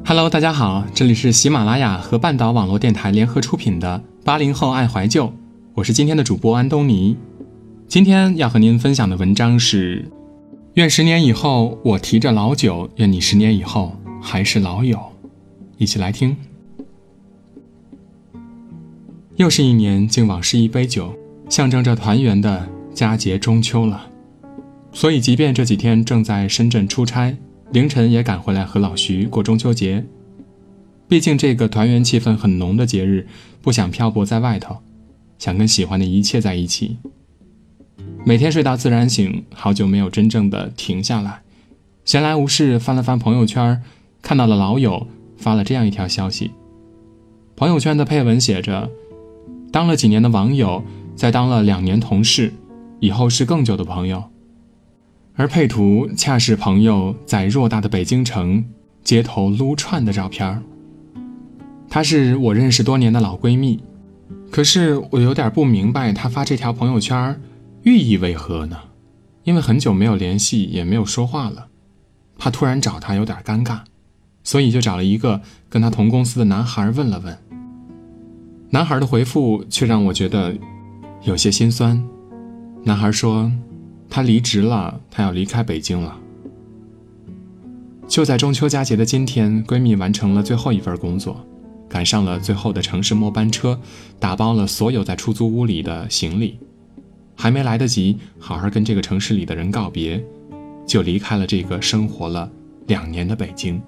Hello， 大家好，这里是喜马拉雅和半岛网络电台联合出品的80后爱怀旧，我是今天的主播安东尼。今天要和您分享的文章是愿10年以后我提着老酒，愿你10年以后还是老友。一起来听。又是一年敬往事一杯酒，象征着团圆的佳节中秋了。所以即便这几天正在深圳出差，凌晨也赶回来和老徐过中秋节。毕竟这个团圆气氛很浓的节日，不想漂泊在外头，想跟喜欢的一切在一起。每天睡到自然醒，好久没有真正的停下来。闲来无事翻了翻朋友圈，看到了老友发了这样一条消息。朋友圈的配文写着，当了几年的网友，再当了2年同事，以后是更久的朋友。而配图恰是朋友在偌大的北京城街头撸串的照片。她是我认识多年的老闺蜜，可是我有点不明白她发这条朋友圈寓意为何呢？因为很久没有联系，也没有说话了，怕突然找她有点尴尬，所以就找了一个跟她同公司的男孩问了问。男孩的回复却让我觉得有些心酸。男孩说他离职了，他要离开北京了。就在中秋佳节的今天，闺蜜完成了最后一份工作，赶上了最后的城市末班车，打包了所有在出租屋里的行李，还没来得及好好跟这个城市里的人告别，就离开了这个生活了2年的北京。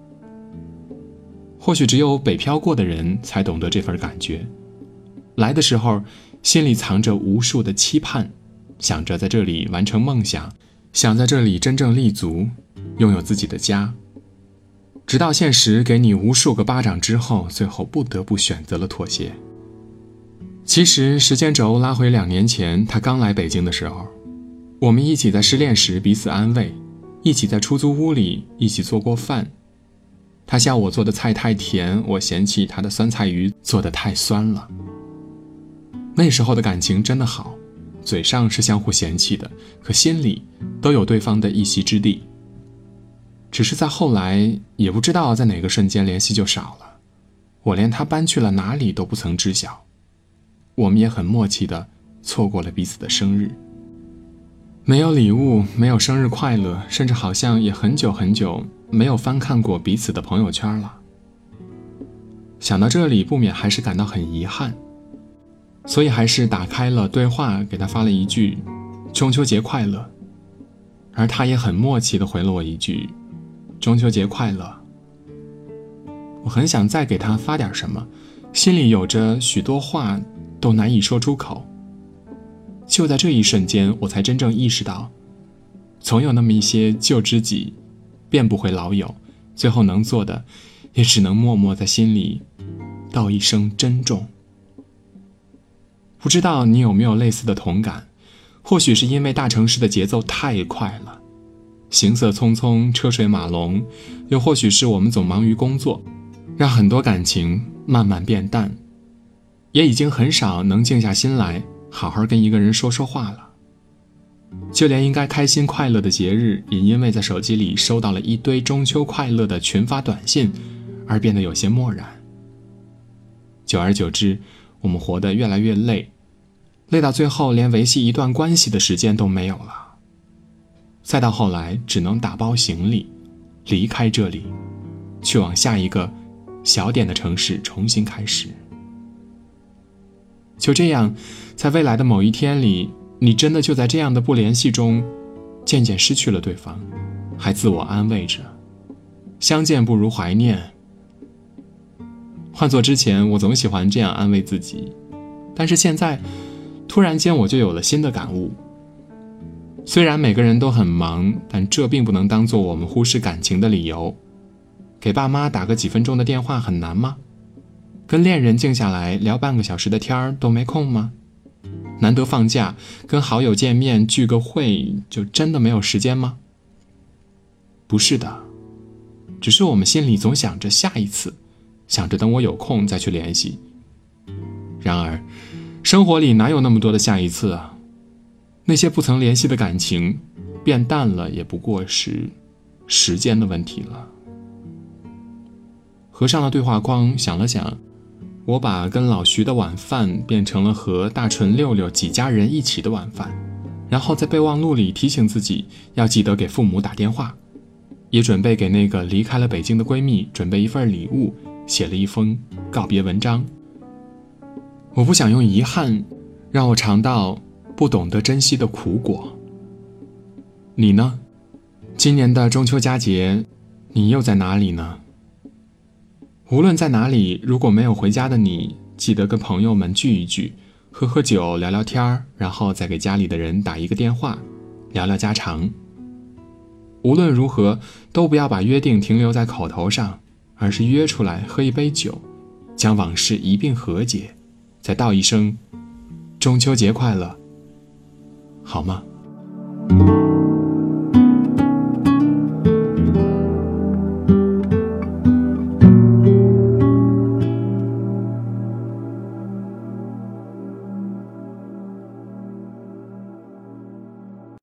或许只有北漂过的人才懂得这份感觉。来的时候心里藏着无数的期盼，想着在这里完成梦想，想在这里真正立足，拥有自己的家。直到现实给你无数个巴掌之后，最后不得不选择了妥协。其实时间轴拉回2年前，他刚来北京的时候，我们一起在失恋时彼此安慰，一起在出租屋里一起做过饭。他笑我做的菜太甜，我嫌弃他的酸菜鱼做得太酸了。那时候的感情真的好，嘴上是相互嫌弃的，可心里都有对方的一席之地。只是在后来，也不知道在哪个瞬间联系就少了，我连他搬去了哪里都不曾知晓。我们也很默契地错过了彼此的生日，没有礼物，没有生日快乐，甚至好像也很久很久没有翻看过彼此的朋友圈了。想到这里，不免还是感到很遗憾，所以还是打开了对话，给他发了一句中秋节快乐，而他也很默契地回了我一句中秋节快乐。我很想再给他发点什么，心里有着许多话都难以说出口。就在这一瞬间，我才真正意识到，总有那么一些旧知己变不回老友，最后能做的也只能默默在心里道一声珍重。不知道你有没有类似的同感，或许是因为大城市的节奏太快了，行色匆匆，车水马龙，又或许是我们总忙于工作，让很多感情慢慢变淡，也已经很少能静下心来好好跟一个人说说话了。就连应该开心快乐的节日，也因为在手机里收到了一堆中秋快乐的群发短信而变得有些漠然。久而久之，我们活得越来越累，累到最后连维系一段关系的时间都没有了。再到后来只能打包行李离开这里，去往下一个小点的城市重新开始。就这样，在未来的某一天里，你真的就在这样的不联系中渐渐失去了对方，还自我安慰着相见不如怀念。换做之前，我总喜欢这样安慰自己，但是现在突然间我就有了新的感悟。虽然每个人都很忙，但这并不能当做我们忽视感情的理由。给爸妈打个几分钟的电话很难吗？跟恋人静下来聊半个小时的天都没空吗？难得放假，跟好友见面聚个会，就真的没有时间吗？不是的，只是我们心里总想着下一次，想着等我有空再去联系。然而生活里哪有那么多的下一次啊？那些不曾联系的感情变淡了，也不过是时间的问题了。 合上了对话框，想了想，我把跟老徐的晚饭变成了和大纯、六六几家人一起的晚饭，然后在备忘录里提醒自己要记得给父母打电话，也准备给那个离开了北京的闺蜜准备一份礼物，写了一封告别文章。我不想用遗憾让我尝到不懂得珍惜的苦果。你呢？今年的中秋佳节，你又在哪里呢？无论在哪里，如果没有回家的你，记得跟朋友们聚一聚，喝喝酒，聊聊天，然后再给家里的人打一个电话，聊聊家常。无论如何，都不要把约定停留在口头上，而是约出来喝一杯酒，将往事一并和解，再道一声中秋节快乐，好吗？